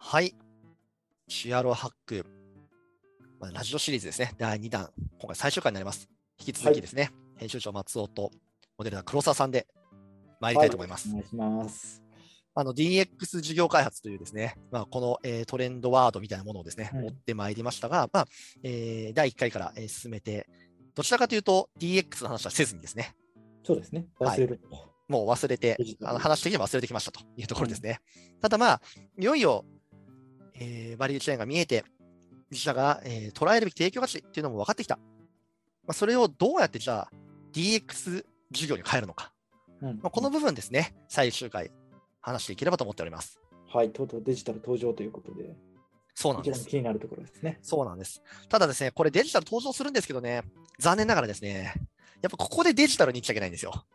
はい。シュアロハック、ラジオシリーズですね。第2弾。今回最終回になります。引き続きですね、編集長松尾とモデルナ黒沢さんで参りたいと思います。 お願いします。 DX 事業開発というですね、この、トレンドワードみたいなものをですね、追ってまいりましたが、第1回から、進めて、どちらかというと DX の話はせずにですね、 そうですね。忘れると。 もう忘れて、話的には忘れてきましたというところですね。ただいよいよ、バリューチェーンが見えて、自社が、捉えるべき提供価値っていうのも分かってきた。それをどうやってじゃあ DX 事業に変えるのか。この部分ですね、最終回話していければと思っております。 はい、とうとうデジタル登場ということで、 そうなんです。 一番気になるところですね。 そうなんです。ただですね、これデジタル登場するんですけどね、残念ながらですね、やっぱここでデジタルに行っちゃいけないんですよ。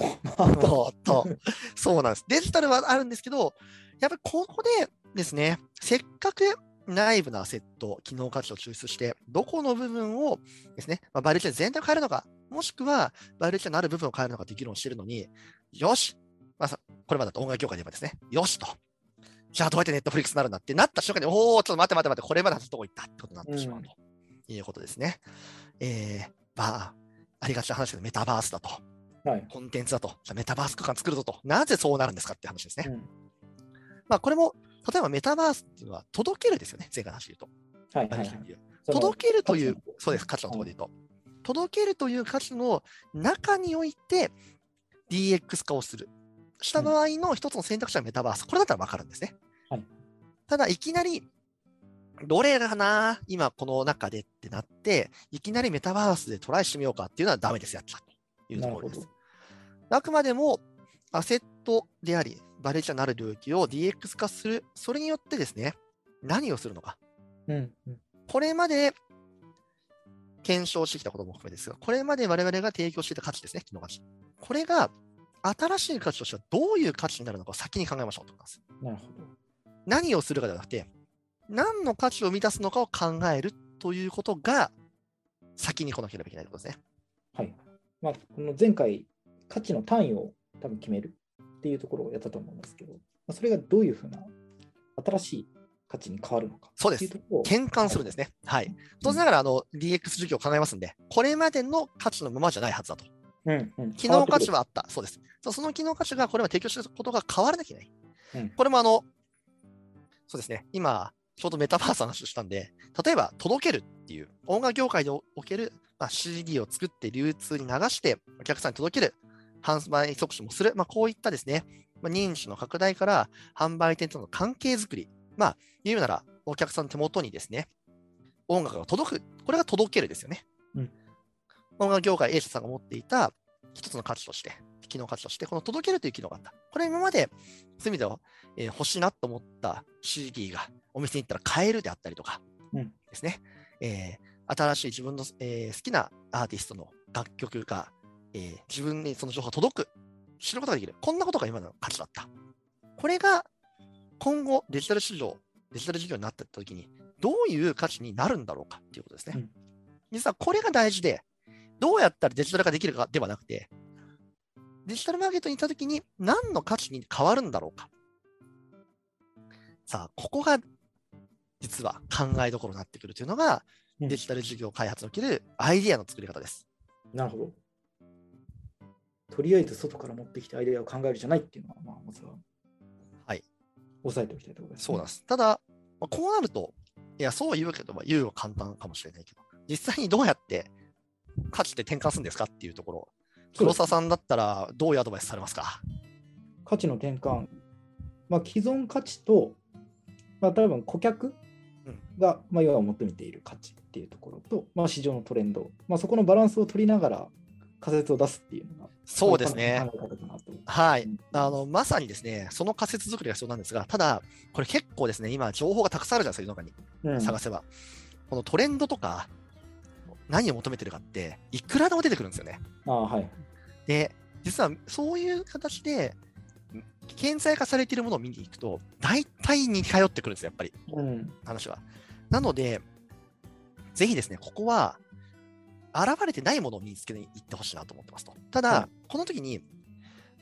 そうなんです。デジタルはあるんですけど、やっぱりここでですね、せっかく内部のアセット、機能価値を抽出して、どこの部分をですね、バリューチェーン全体を変えるのか、もしくはバリューチェーンのある部分を変えるのかって議論しているのに、よし、これまでだと音楽業界で言えばですね、よしと。じゃあどうやってネットフリックスになるんだってなった瞬間に、おー、ちょっと待って、これまでのとこ行ったってことになってしまうということですね。ありがちな話ですけど、メタバースだと。コンテンツだと。じゃあメタバース空間作るぞと。なぜそうなるんですかって話ですね。これも、例えばメタバースっていうのは届けるですよね。前回の話で言うと。届けるという、そうです、価値のところで言うと。届けるという価値の中において DX 化をする。した場合の一つの選択肢はメタバース。これだったら分かるんですね。ただ、いきなり、どれかな今この中でってなって、いきなりメタバースでトライしてみようかっていうのはダメです、やっちゃうというところです。あくまでもアセットであり、バリューチェーンのある領域を DX 化する、それによってですね、何をするのか。これまで検証してきたことも含めですが、これまで我々が提供していた価値ですね、機能価値。これが新しい価値としてはどういう価値になるのかを先に考えましょうと思います。 なるほど。 何をするかではなくて、何の価値を満たすのかを考えるということが先に来なければいけないということですね。 はい。この前回、価値の単位を多分決めるっていうところをやったと思うんですけど、それがどういうふうな新しい価値に変わるのか。 そうです。転換するんですね。はい。当然ながらDX 事業を考えますんで、これまでの価値のままじゃないはずだと。機能価値はあった。そうです。その機能価値がこれまで提供していることが変わらなきゃいけない。これもそうですね。今、ちょうどメタバースの話をしたんで、例えば届けるっていう音楽業界でおける、CD を作って流通に流してお客さんに届ける、販売促進もする、こういったですね、認知の拡大から販売店との関係づくり、言うならお客さんの手元にですね、音楽が届く、これが届けるですよね。音楽業界 A 社さんが持っていた一つの価値として、機能価値として、この届けるという機能があった。これ今まで、そういう意味では、欲しいなと思った CD がお店に行ったら買えるであったりとかですね。新しい自分の、好きなアーティストの楽曲が、自分にその情報が届く、知ることができる。こんなことが今の価値だった。これが今後デジタル事業になった時にどういう価値になるんだろうかっていうことですね。実はこれが大事で、どうやったらデジタル化できるかではなくて、デジタルマーケットに行ったときに何の価値に変わるんだろうか。さあ、ここが実は考えどころになってくるというのが、デジタル事業開発におけるアイディアの作り方です。 なるほど。とりあえず外から持ってきてアイデアを考えるじゃないっていうのは、まずは、 はい。 押さえておきたいところですね。 そうなんです。ただ、こうなると、いや、そう言うけど、言うは簡単かもしれないけど、実際にどうやって価値って転換するんですかっていうところ、黒沢さんだったらどういうアドバイスされますか？ 価値の転換、既存価値と、多分顧客が、要は求めている価値っていうところと、市場のトレンド、そこのバランスを取りながら仮説を出すっていうのが、 そうですね。はい。まさにですね、その仮説作りが必要なんですが、ただ、これ結構ですね、今、情報がたくさんあるじゃないですか、世の中に。探せば。このトレンドとか、何を求めてるかって、いくらでも出てくるんですよね。で、実はそういう形で、顕在化されているものを見に行くと、大体似通ってくるんですよ、やっぱり。話は。なので、ぜひですね、ここは、現れてないものを見つけに行ってほしいなと思ってますと。ただ、この時に、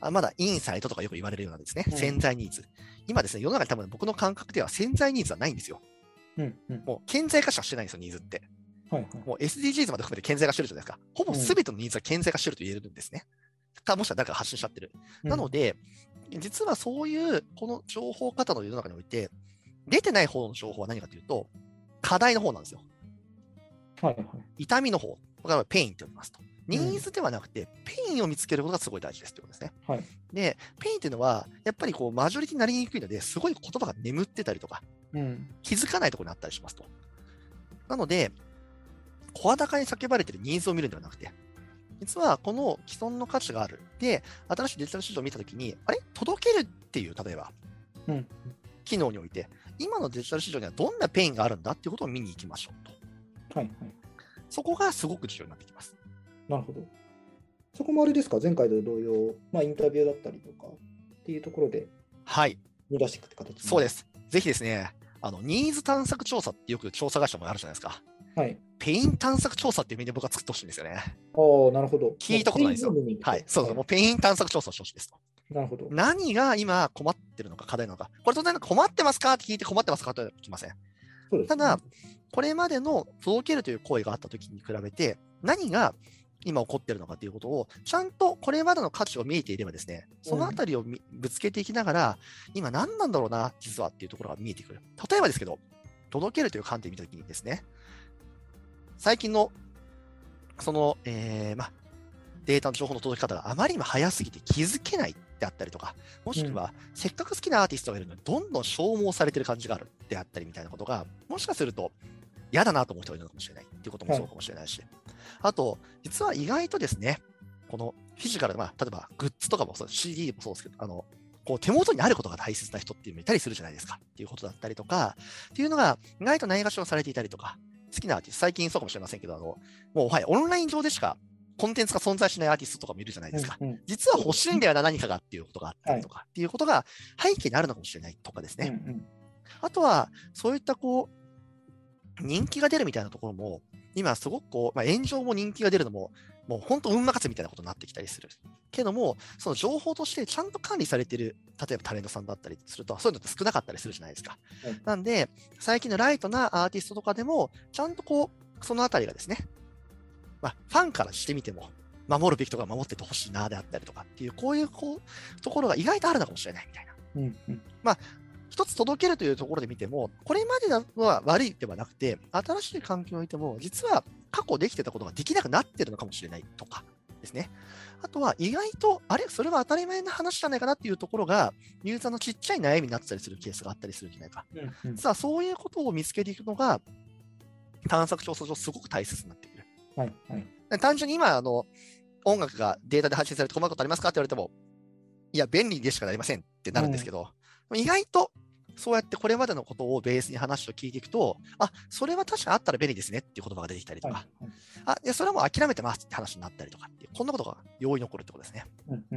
まだインサイトとかよく言われるようなですね、 うん潜在ニーズ。今ですね、世の中に多分僕の感覚では潜在ニーズはないんですよ。 うんうん。 もう顕在化しかしてないんですよ、ニーズって。 はいはい。 もう SDGs まで含めて顕在化してるじゃないですか。ほぼ全てのニーズは顕在化してると言えるんですね。もしくは誰かが発信しちゃってる。なので、実はそういうこの情報型の世の中において、出てない方の情報は何かというと、課題の方なんですよ。 はいはい。 痛みの方、だからペインと呼びますと。ニーズではなくて、ペインを見つけることがすごい大事ですということですね。 はい。 で、ペインっていうのは、やっぱりこうマジョリティになりにくいので、すごい言葉が眠ってたりとか、気づかないところにあったりしますと。なので、声高に叫ばれているニーズを見るんではなくて、実はこの既存の価値がある。で、新しいデジタル市場を見たときに、あれ届けるっていう、例えば、機能において、今のデジタル市場にはどんなペインがあるんだっていうことを見に行きましょうと。 はいはい。 そこがすごく重要になってきます。 なるほど。そこもあれですか、前回と同様、インタビューだったりとかっていうところで、 はい。 見出していくって形。 そうです。ぜひですね、ニーズ探索調査ってよく調査会社もあるじゃないですか。 はい。 ペイン探索調査っていう意味で僕は作ってほしいんですよね。 ああ、なるほど。 聞いたことないですよ。はい。そうそう、もうペイン探索調査をしてほしいですと。 なるほど。 何が今困ってるのか、課題なのか。これ当然困ってますかって聞いて困ってますかとは聞きません。 そうですね。 ただ、これまでの届けるという声があったときに比べて、何が今起こっているのかということを、ちゃんとこれまでの価値を見えていればですね、そのあたりをぶつけていきながら、今何なんだろうな、実はっていうところが見えてくる。例えばですけど、届けるという観点を見たときにですね、最近の、その、データの情報の届き方があまりにも早すぎて気づけないであったりとか、もしくは、せっかく好きなアーティストがいるのに、どんどん消耗されてる感じがあるであったりみたいなことが、もしかすると嫌だなと思う人がいるのかもしれないっていうこともそうかもしれないし、あと、実は意外とですね、このフィジカル、例えばグッズとかもそう、CD もそうですけど、こう手元にあることが大切な人っていうのもいたりするじゃないですかっていうことだったりとか、っていうのが意外とないがしろされていたりとか、好きなアーティスト、最近そうかもしれませんけど、もうはい、オンライン上でしかコンテンツが存在しないアーティストとかもいるじゃないですか。実は欲しいんだよな、何かがっていうことがあったりとか、っていうことが背景にあるのかもしれないとかですね。あとは、そういったこう、人気が出るみたいなところも、今すごくこう、炎上も人気が出るのも、もう本当運任せみたいなことになってきたりする。けども、その情報としてちゃんと管理されている、例えばタレントさんだったりすると、そういうのって少なかったりするじゃないですか。なんで、最近のライトなアーティストとかでも、ちゃんとこう、そのあたりがですね、ファンからしてみても、守るべきとか守っててほしいなであったりとかっていう、こういうところが意外とあるのかもしれないみたいな。一つ届けるというところで見ても、これまでのは悪いではなくて、新しい環境においても、実は過去できてたことができなくなってるのかもしれないとかですね。あとは意外と、あれそれは当たり前の話じゃないかなっていうところが、ユーザーのちっちゃい悩みになってたりするケースがあったりするんじゃないか。実はそういうことを見つけていくのが、探索調査上すごく大切になってくる。単純に今、音楽がデータで配信されて困ることありますかって言われても、いや、便利でしかなりませんってなるんですけど、意外と、そうやってこれまでのことをベースに話を聞いていくと、それは確かあったら便利ですねっていう言葉が出てきたりとか、いや、それはもう諦めてますって話になったりとかっていう、こんなことが容易に起こるってことですね。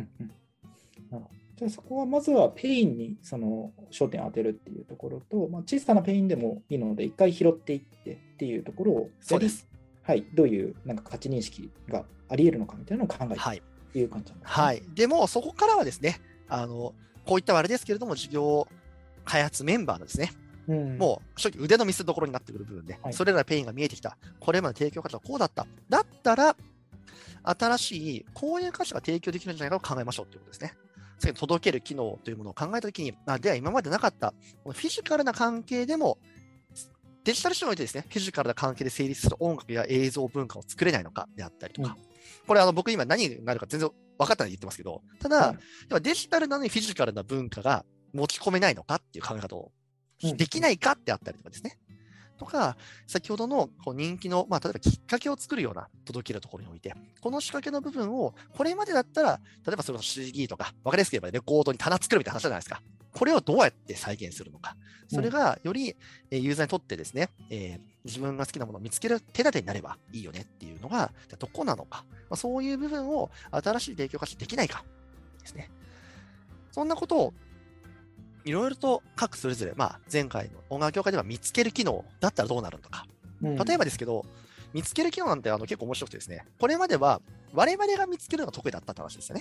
じゃあそこはまずはペインにその焦点を当てるっていうところと、小さなペインでもいいので、一回拾っていってっていうところを、 そうです。 はい、どういうなんか価値認識があり得るのかみたいなのを考えていくという感じなんですね。 はい。でも、そこからはですね、こういったあれですけれども、事業開発メンバーのですね、もう正直腕の見せ所になってくる部分で、それらペインが見えてきた、これまで提供価値はこうだった、だったら、新しいこういう価値が提供できるんじゃないかを考えましょうということですね。次に届ける機能というものを考えたときに、では今までなかったこのフィジカルな関係でも、デジタル市場においてですね、フィジカルな関係で成立する音楽や映像文化を作れないのかであったりとか、これ僕今何があるか全然分かったのに言ってますけど、ただ、デジタルなのにフィジカルな文化が持ち込めないのかっていう考え方をできないかってあったりとかですね。とか、先ほどの人気の、例えばきっかけを作るような届けるところにおいて、この仕掛けの部分を、これまでだったら、例えばそれこそ CD とか、分かりやすければレコードに棚作るみたいな話じゃないですか。これをどうやって再現するのか。それがよりユーザーにとってですね、自分が好きなものを見つける手立てになればいいよねっていうのが、じゃどこなのか。そういう部分を新しい提供価値できないかですね。そんなことをいろいろと各それぞれ、前回の音楽業界では見つける機能だったらどうなるのか。例えばですけど、見つける機能なんて結構面白くてですね、これまでは我々が見つけるのが得意だったって話ですよね。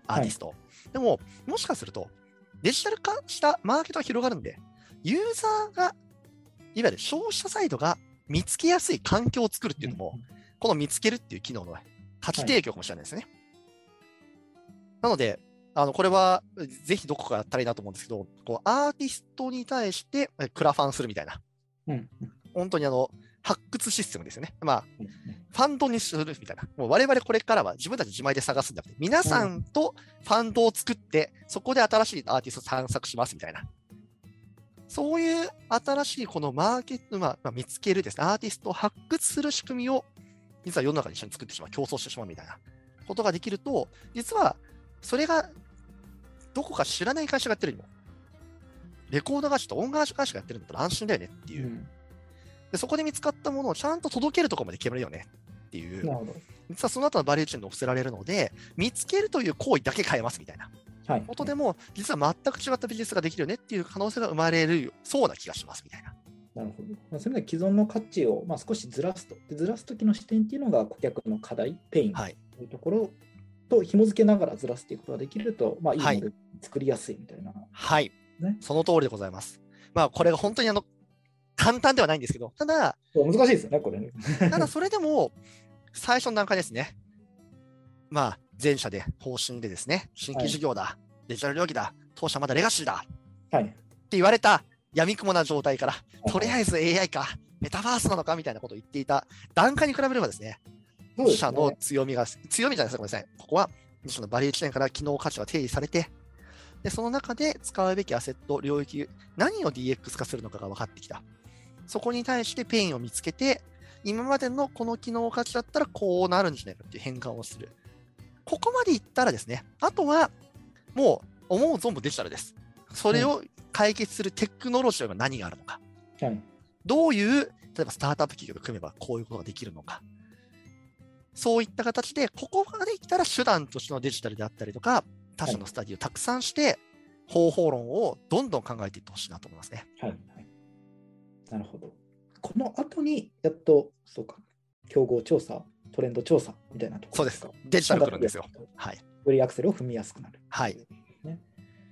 アーティスト。でも、もしかすると、デジタル化したマーケットが広がるんで、ユーザーが、いわゆる消費者サイドが見つけやすい環境を作るっていうのも、この見つけるっていう機能の価値提供かもしれないですね。なので、これはぜひどこかやったらいいなと思うんですけど、こうアーティストに対してクラファンするみたいな、本当に発掘システムですよね。まあ、ファンドにするみたいな。もう我々これからは自分たち自前で探すんじゃなくて、皆さんとファンドを作って、そこで新しいアーティストを探索しますみたいな。そういう新しいこのマーケット、見つけるですね、アーティストを発掘する仕組みを、実は世の中で一緒に作ってしまう、競争してしまうみたいなことができると、実はそれがどこか知らない会社がやってるにも、レコード会社と音楽会社がやってるんだったら安心だよねっていう。でそこで見つかったものをちゃんと届けるところまで決めるよねっていう。実はその後のバリューチェーンに乗せられるので、見つけるという行為だけ変えますみたいな。ことでも、実は全く違ったビジネスができるよねっていう可能性が生まれるそうな気がしますみたいな。 なるほど。そういう意味で既存の価値を、少しずらすと。でずらすときの視点っていうのが顧客の課題、ペインというところと紐付けながらずらすということができると、いいモデル作りやすいみたいな。 はい。その通りでございます。これが本当に簡単ではないんですけど、ただ、 難しいですよね、これね。 ただそれでも、最初の段階ですね。前者で方針でですね、新規事業だ、デジタル領域だ、当社まだレガシーだ、って言われた闇雲な状態から、とりあえず AI か、メタバースなのかみたいなことを言っていた段階に比べればですね、自社の強みじゃないですか、ごめんなさい。ここは自社のバリューチェーンから機能価値が定義されて、でその中で使うべきアセット、領域、何を DX 化するのかが分かってきた。そこに対してペインを見つけて、今までのこの機能価値だったらこうなるんじゃないかっていう変換をする。ここまでいったらですね、あとはもう思う存分デジタルです。それを解決するテクノロジーは何があるのか。どういう、例えばスタートアップ企業と組めばこういうことができるのか。そういった形で、ここまでいったら手段としてのデジタルであったりとか、他社のスタディをたくさんして、方法論をどんどん考えていってほしいなと思いますね。 なるほど。この後にやっと、そうか、競合調査、トレンド調査みたいなところですか。 そうです。デジタル来るんですよ。 よりアクセルを踏みやすくなる。 はい。 なる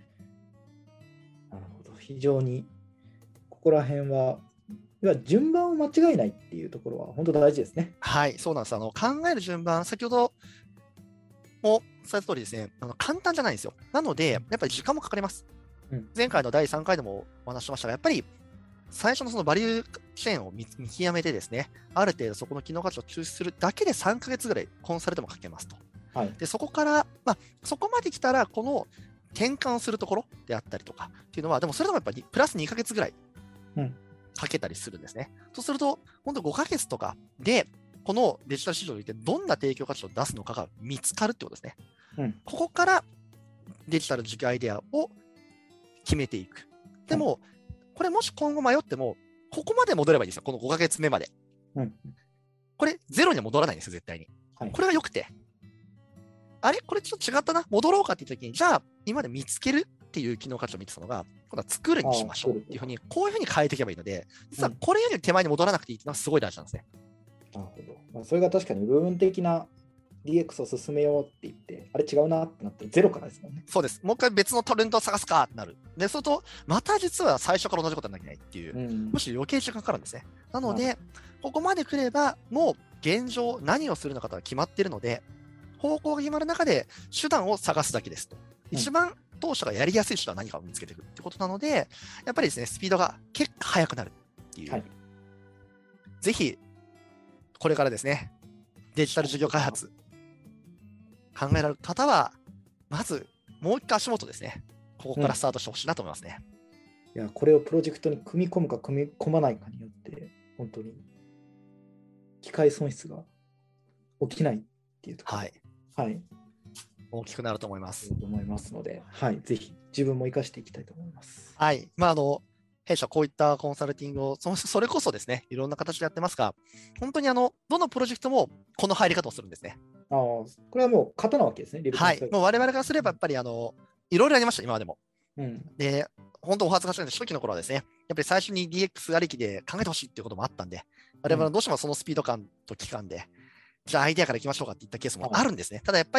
ほど。非常に、ここら辺は、順番を間違えないっていうところは本当大事ですね。 はい、そうなんです。考える順番、先ほどもされた通りですね、簡単じゃないんですよ。なので、やっぱり時間もかかります。前回の第3回でもお話ししましたが、やっぱり最初のそのバリューチェーンを見極めてですね、ある程度そこの機能価値を抽出するだけで3ヶ月ぐらいコンサルでもかけますと。でそこから、そこまで来たら、この転換するところであったりとかっていうのは、でもそれでもやっぱりプラス2ヶ月ぐらいかけたりするんですね。そうすると、本当5ヶ月とかで、このデジタル市場においてどんな提供価値を出すのかが見つかるってことですね。ここからデジタル事業アイデアを決めていく。でも、これもし今後迷っても、ここまで戻ればいいですよ、この5ヶ月目まで。これ、ゼロには戻らないんですよ、絶対に。これが良くて。あれこれちょっと違ったな、戻ろうかっていう時に、じゃあ、今まで見つけるっていう機能価値を見てたのが、今度は作るにしましょうっていうふうに、こういうふうに変えていけばいいので、実はこれより手前に戻らなくていいっていうのはすごい大事なんですね。 なるほど。それが確かに部分的な DX を進めようって言って、あれ違うなってなってゼロからですもんね。 そうです。もう一回別のトレンドを探すかってなる。で、そうすると、また実は最初から同じことになきゃいけないっていう、むしろ余計時間かかるんですね。なので、ここまで来れば、もう現状何をするのかが決まっているので、方向が決まる中で手段を探すだけですと。一番当社がやりやすい手段は何かを見つけていくってことなので、やっぱりですね、スピードが結構速くなるっていう。ぜひ、これからですね、デジタル事業開発、考えられる方は、まずもう一回足元ですね、ここからスタートしてほしいなと思いますね。 いや、これをプロジェクトに組み込むか組み込まないかによって、本当に機械損失が起きないっていうところ。 大きくなると思います。 と思いますので、ぜひ自分も生かしていきたいと思います。 弊社こういったコンサルティングをそれこそですね、いろんな形でやってますが、本当にどのプロジェクトもこの入り方をするんですね。 これはもう型なわけですね。 もう我々からすればやっぱりいろいろありました、今までも。で、本当お恥ずかしいので、初期の頃はですね、やっぱり最初に DX ありきで考えてほしいっていうこともあったんで、我々はどうしてもそのスピード感と期間で、じゃあアイデアからいきましょうかっていったケースもあるんですね。ただやっぱり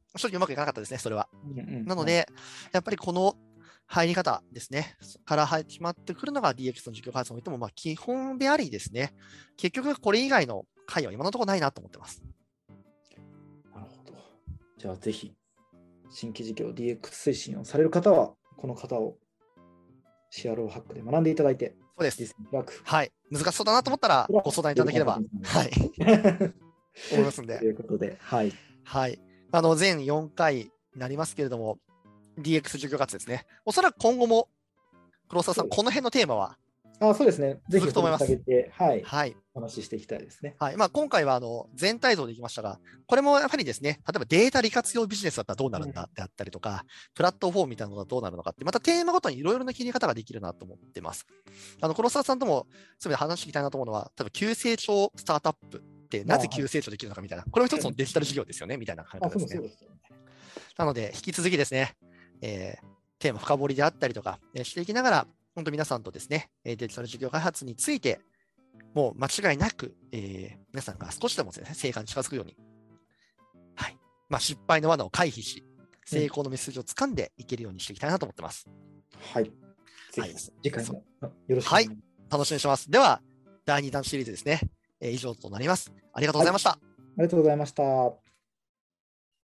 正直うまくいかなかったですね、それは。なので、 で、やっぱりこの入り方ですね、から始まってくるのが DX の授業開発においても、基本でありですね、結局これ以外の回は今のところないなと思ってます。 なるほど。じゃあぜひ、新規事業 DX 推進をされる方は、この方を CRO ハックで学んでいただいて、 そうです。 開く。 はい。難しそうだなと思ったら、ご相談いただければ、はい。思いますんで。 ということで、はい。 はい。全4回になりますけれども、DX 授業活ですね。おそらく今後も、黒沢さん、この辺のテーマはそうですね。ぜひ続くと思います。 掘り下げて、はい。 はい。 お話ししていきたいですね。 はい。今回は全体像でいきましたが、これもやはりですね、例えばデータ利活用ビジネスだったらどうなるんだであったりとか、プラットフォームみたいなのがどうなるのかって、またテーマごとにいろいろな切り方ができるなと思ってます。黒沢さんとも、そういう話していきたいなと思うのは、例えば急成長スタートアップってなぜ急成長できるのかみたいな、これも一つのデジタル事業ですよね、みたいな感覚ですね。なので、引き続きですね、テーマ深掘りであったりとかしていきながら、本当皆さんとですね、デジタル事業開発について、もう間違いなく、皆さんが少しでもですね、成果に近づくように、はい。失敗の罠を回避し、成功の道筋を掴んでいけるようにしていきたいなと思ってます。 はい。ぜひ、次回もよろしくお願いします。はい。楽しみにしてます。では、第2弾シリーズですね、以上となります。ありがとうございました。 ありがとうございました。